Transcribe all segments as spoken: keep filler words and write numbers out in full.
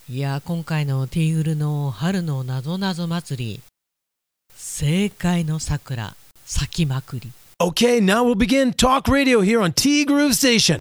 いや今回のティーグルの春のなぞなぞ祭り、正解の桜咲きまくり。 Okay, now we'll begin Talk Radio here on T Groove Station.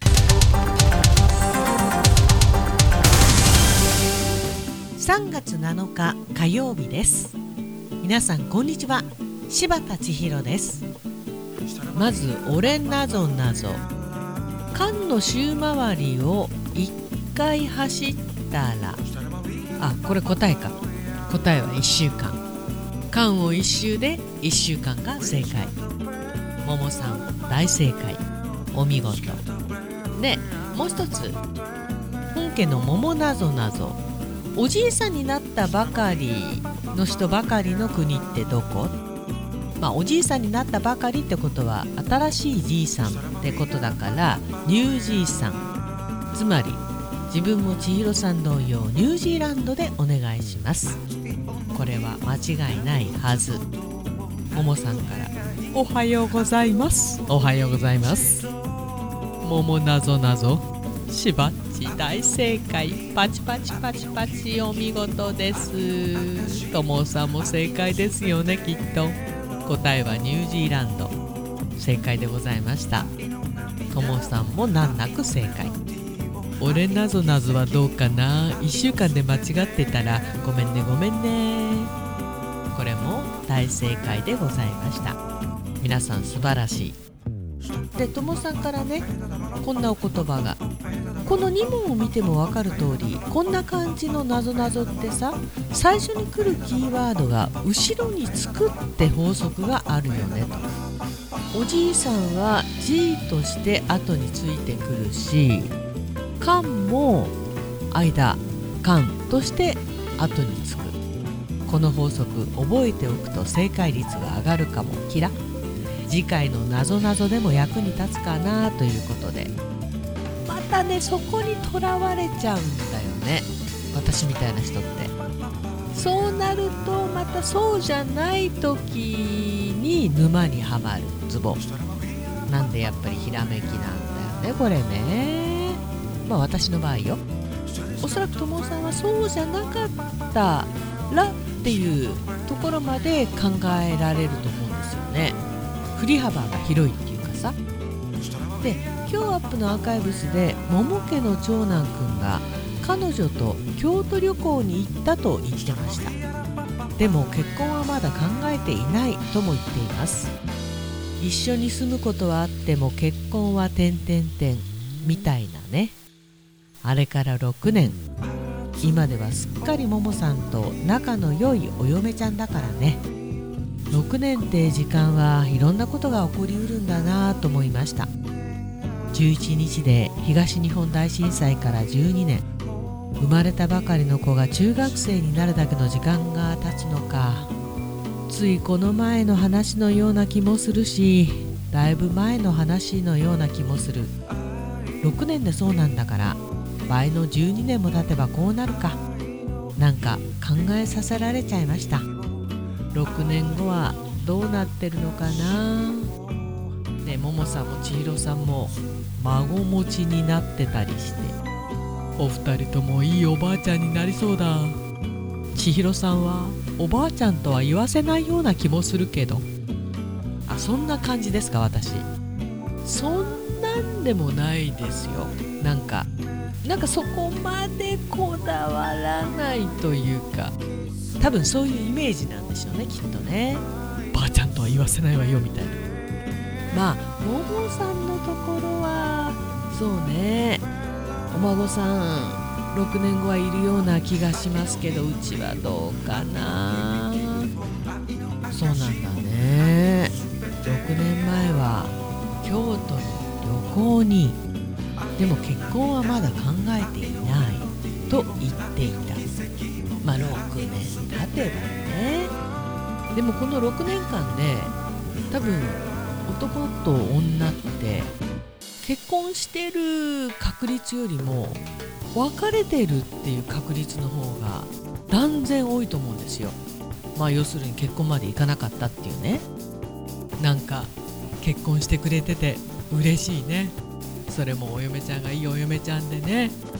さんがつなのか火曜日です。皆さんこんにちは、柴田千尋です。まず俺なぞなぞ、間の週回りをいっかい走ったら、あ、これ答えか。答えはいっしゅうかん。間をいっ周でいっしゅうかんが正解。ももさん大正解、お見事で、もう一つ、本家の桃なぞなぞ、おじいさんになったばかりの人ばかりの国ってどこ？まあおじいさんになったばかりってことは新しいじいさんってことだからニュージーさん、つまり自分も千尋さん同様ニュージーランドでお願いします。これは間違いないはず。ももさんからおはようございます。おはようございます。ももなぞなぞ、しばっち大正解、パチパチパチパチ、お見事です。ともさんも正解ですよね、きっと。答えはニュージーランド、正解でございました。ともさんも難なく正解。俺なぞなぞはどうかな。いっしゅうかんで間違ってたらごめんねごめんね。これも大正解でございました。皆さん素晴らしい。で、ともさんからね、こんなお言葉が。このに問を見ても分かる通り、こんな感じのなぞなぞってさ、最初に来るキーワードが後ろにつくって法則があるよねと。おじいさんは G として後についてくるし、間も間、間として後につく。この法則覚えておくと正解率が上がるかも。キラ。次回のなぞなぞでも役に立つかなということで、またねそこにとらわれちゃうんだよね、私みたいな人って。そうなるとまたそうじゃない時に沼にはまるツボなんで、やっぱりひらめきなんだよね、これね。まあ私の場合よ。おそらくともさんはそうじゃなかったらっていうところまで考えられると思うんですよね。振り幅が広いっていうかさ。で、今日アップのアーカイブスで桃家の長男くんが彼女と京都旅行に行ったと言ってました。でも結婚はまだ考えていないとも言っています。一緒に住むことはあっても結婚は点々点みたいなね。あれからろくねん、今ではすっかりももさんと仲の良いお嫁ちゃんだからね。ろくねんって時間はいろんなことが起こりうるんだなと思いました。じゅういちにちで東日本大震災からじゅうにねん、生まれたばかりの子が中学生になるだけの時間が経つのか。ついこの前の話のような気もするし、だいぶ前の話のような気もする。ろくねんでそうなんだから、倍のじゅうにねんも経てばこうなるか。なんか考えさせられちゃいました。ろくねんごはどうなってるのかな。ね、ももさんも千尋さんも孫持ちになってたりして、お二人ともいいおばあちゃんになりそうだ。千尋さんはおばあちゃんとは言わせないような気もするけど。あ、そんな感じですか私。そんなんでもないですよ。なんかなんかそこまでこだわらないというか、多分そういうイメージなんでしょうね、きっとね。ばあちゃんとは言わせないわよみたいな。まあももさんのところはそうね、お孫さんろくねんごはいるような気がしますけど、うちはどうかな。そうなんだね。ろくねんまえは京都に旅行に、でも結婚はまだ考えていないと言っていた。まあろくねん経てばね。でもこのろくねんかんで多分男と女って結婚してる確率よりも別れてるっていう確率の方が断然多いと思うんですよ。まあ要するに結婚までいかなかったっていうね。なんか結婚してくれてて嬉しいね。それもお嫁ちゃんがいいお嫁ちゃんでね。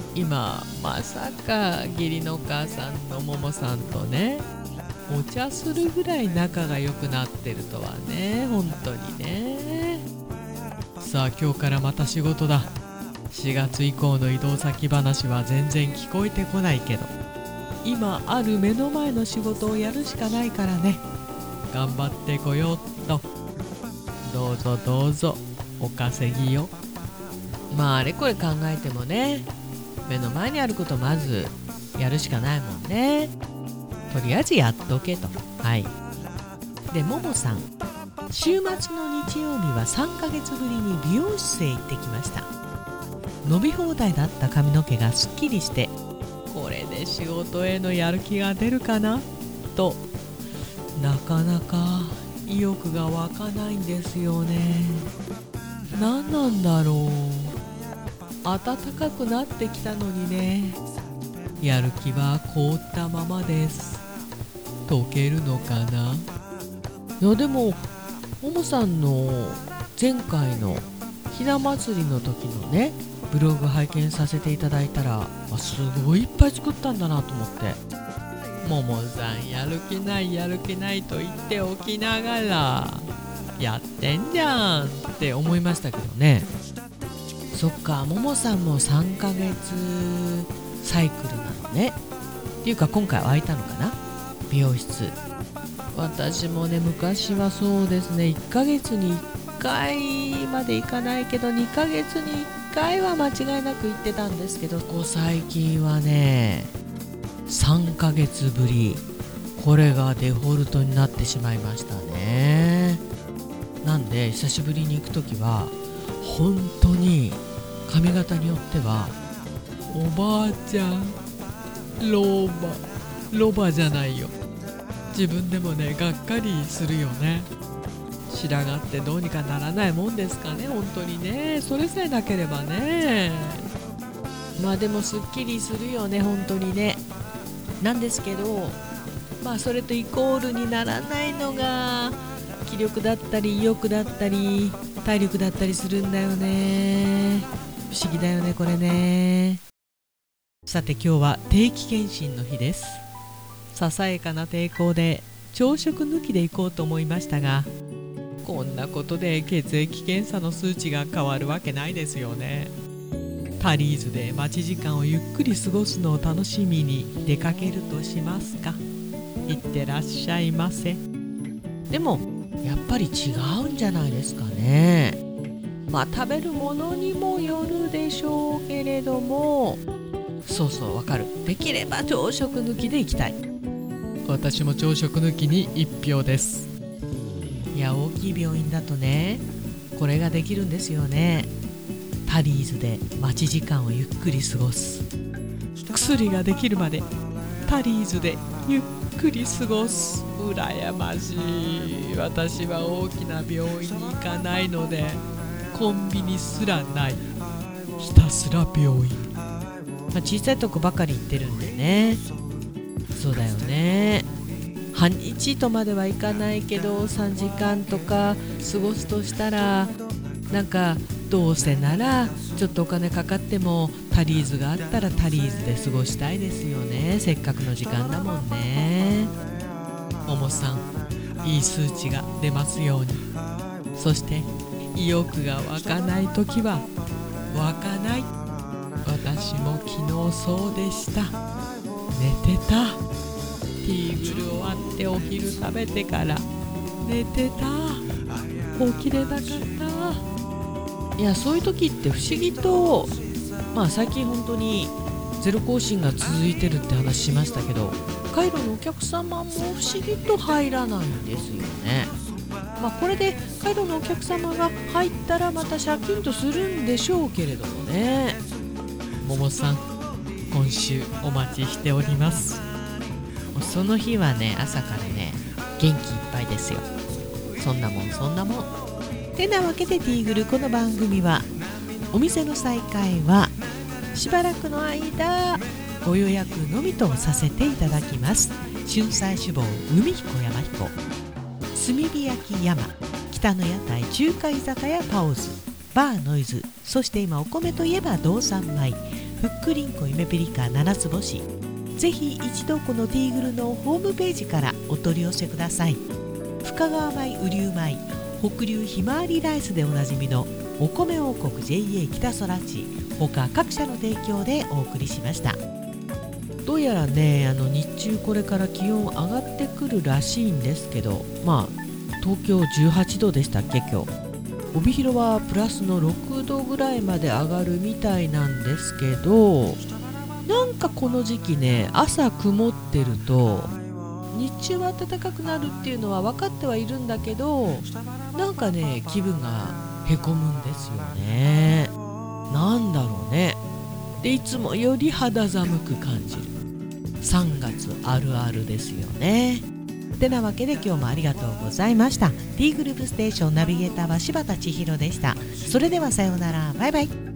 今まさか義理のお母さんのももさんとねお茶するぐらい仲が良くなってるとはね、本当にね。さあ今日からまた仕事だ。しがつ以降の移動先話は全然聞こえてこないけど、今ある目の前の仕事をやるしかないからね、頑張ってこようっと。どうぞどうぞお稼ぎよ。まああれこれ考えてもね、目の前にあることまずやるしかないもんね。とりあえずやっとけと。はい。でももさん、週末の日曜日はさんかげつぶりに美容室へ行ってきました。伸び放題だった髪の毛がすっきりして、これで仕事へのやる気が出るかなと、なかなか意欲が湧かないんですよね。何なんだろう。暖かくなってきたのにね、やる気は凍ったままです。溶けるのかな。いやでもももさんの前回のひな祭りの時のねブログ拝見させていただいたら、すごいいっぱい作ったんだなと思って、ももさんやる気ないやる気ないと言っておきながらやってんじゃんって思いましたけどね。そっか、ももさんもさんかげつサイクルなのね。っていうか今回は空いたのかな、美容室。私もね昔はそうですね、いっかげつにいっかいまで行かないけどにかげつにいっかいは間違いなく行ってたんですけど、ここ最近はねさんかげつぶり、これがデフォルトになってしまいましたね。なんで久しぶりに行くときは本当に髪型によってはおばあちゃんロバロバじゃないよ、自分でもねがっかりするよね。白髪ってどうにかならないもんですかね、本当にね。それさえなければね。まあでもすっきりするよね本当にね。なんですけど、まあそれとイコールにならないのが気力だったり意欲だったり体力だったりするんだよね。不思議だよねこれね。さて今日は定期検診の日です。ささやかな抵抗で朝食抜きで行こうと思いましたが、こんなことで血液検査の数値が変わるわけないですよね。タリーズで待ち時間をゆっくり過ごすのを楽しみに出かけるとしますか。いってらっしゃいませ。でもやっぱり違うんじゃないですかね。まあ食べるものにもよるでしょうけれども、そうそうわかる。できれば朝食抜きで行きたい。私も朝食抜きにいち票です。いや大きい病院だとねこれができるんですよね。タリーズで待ち時間をゆっくり過ごす。薬ができるまでタリーズでゆっくり過ごす。羨ましい。私は大きな病院に行かないのでコンビニすらない。ひたすら病院、まあ、小さいとこばかり行ってるんでね。そうだよね。半日とまではいかないけどさんじかんとか過ごすとしたら、なんかどうせならちょっとお金かかってもタリーズがあったらタリーズで過ごしたいですよね。せっかくの時間だもんね。ももさんいい数値が出ますように。そして意欲が湧かないときは湧かない。私も昨日そうでした。寝てた。ティーグル終わってお昼食べてから寝てた。起きれなかった。いやそういう時って不思議と、まあ最近本当にゼロ更新が続いてるって話しましたけど、カイロのお客様も不思議と入らないんですよね。まあこれでカイロのお客様が入ったらまたシャキッとするんでしょうけれどもね。ももさん今週お待ちしております。その日はね朝からね元気いっぱいですよ。そんなもんそんなもんてなわけでティーグル、この番組はお店の再開はしばらくの間ご予約のみとさせていただきます。春菜志望海彦山彦、炭火焼き山、北の屋台中華居酒屋パオズ、バーノイズ、そして今お米といえば道産米、 ふっくりんこゆめぴりかななつぼし、ぜひ一度このティーグルのホームページからお取り寄せください。深川米、雨竜米、北流ひまわりライスでおなじみのお米王国 ジェイエー 北空地他各社の提供でお送りしました。どうやらね、あの日中これから気温上がってくるらしいんですけど、まあ東京じゅうはちどでしたっけ今日。帯広はプラスのろくどぐらいまで上がるみたいなんですけど、なんかこの時期ね、朝曇ってると日中は暖かくなるっていうのは分かってはいるんだけど、なんかね気分がへこむんですよね。なんだろうね。でいつもより肌寒く感じるさんがつあるあるですよね。てなわけで今日もありがとうございました。 T グループステーションナビゲーターは柴田千尋でした。それではさようなら、バイバイ。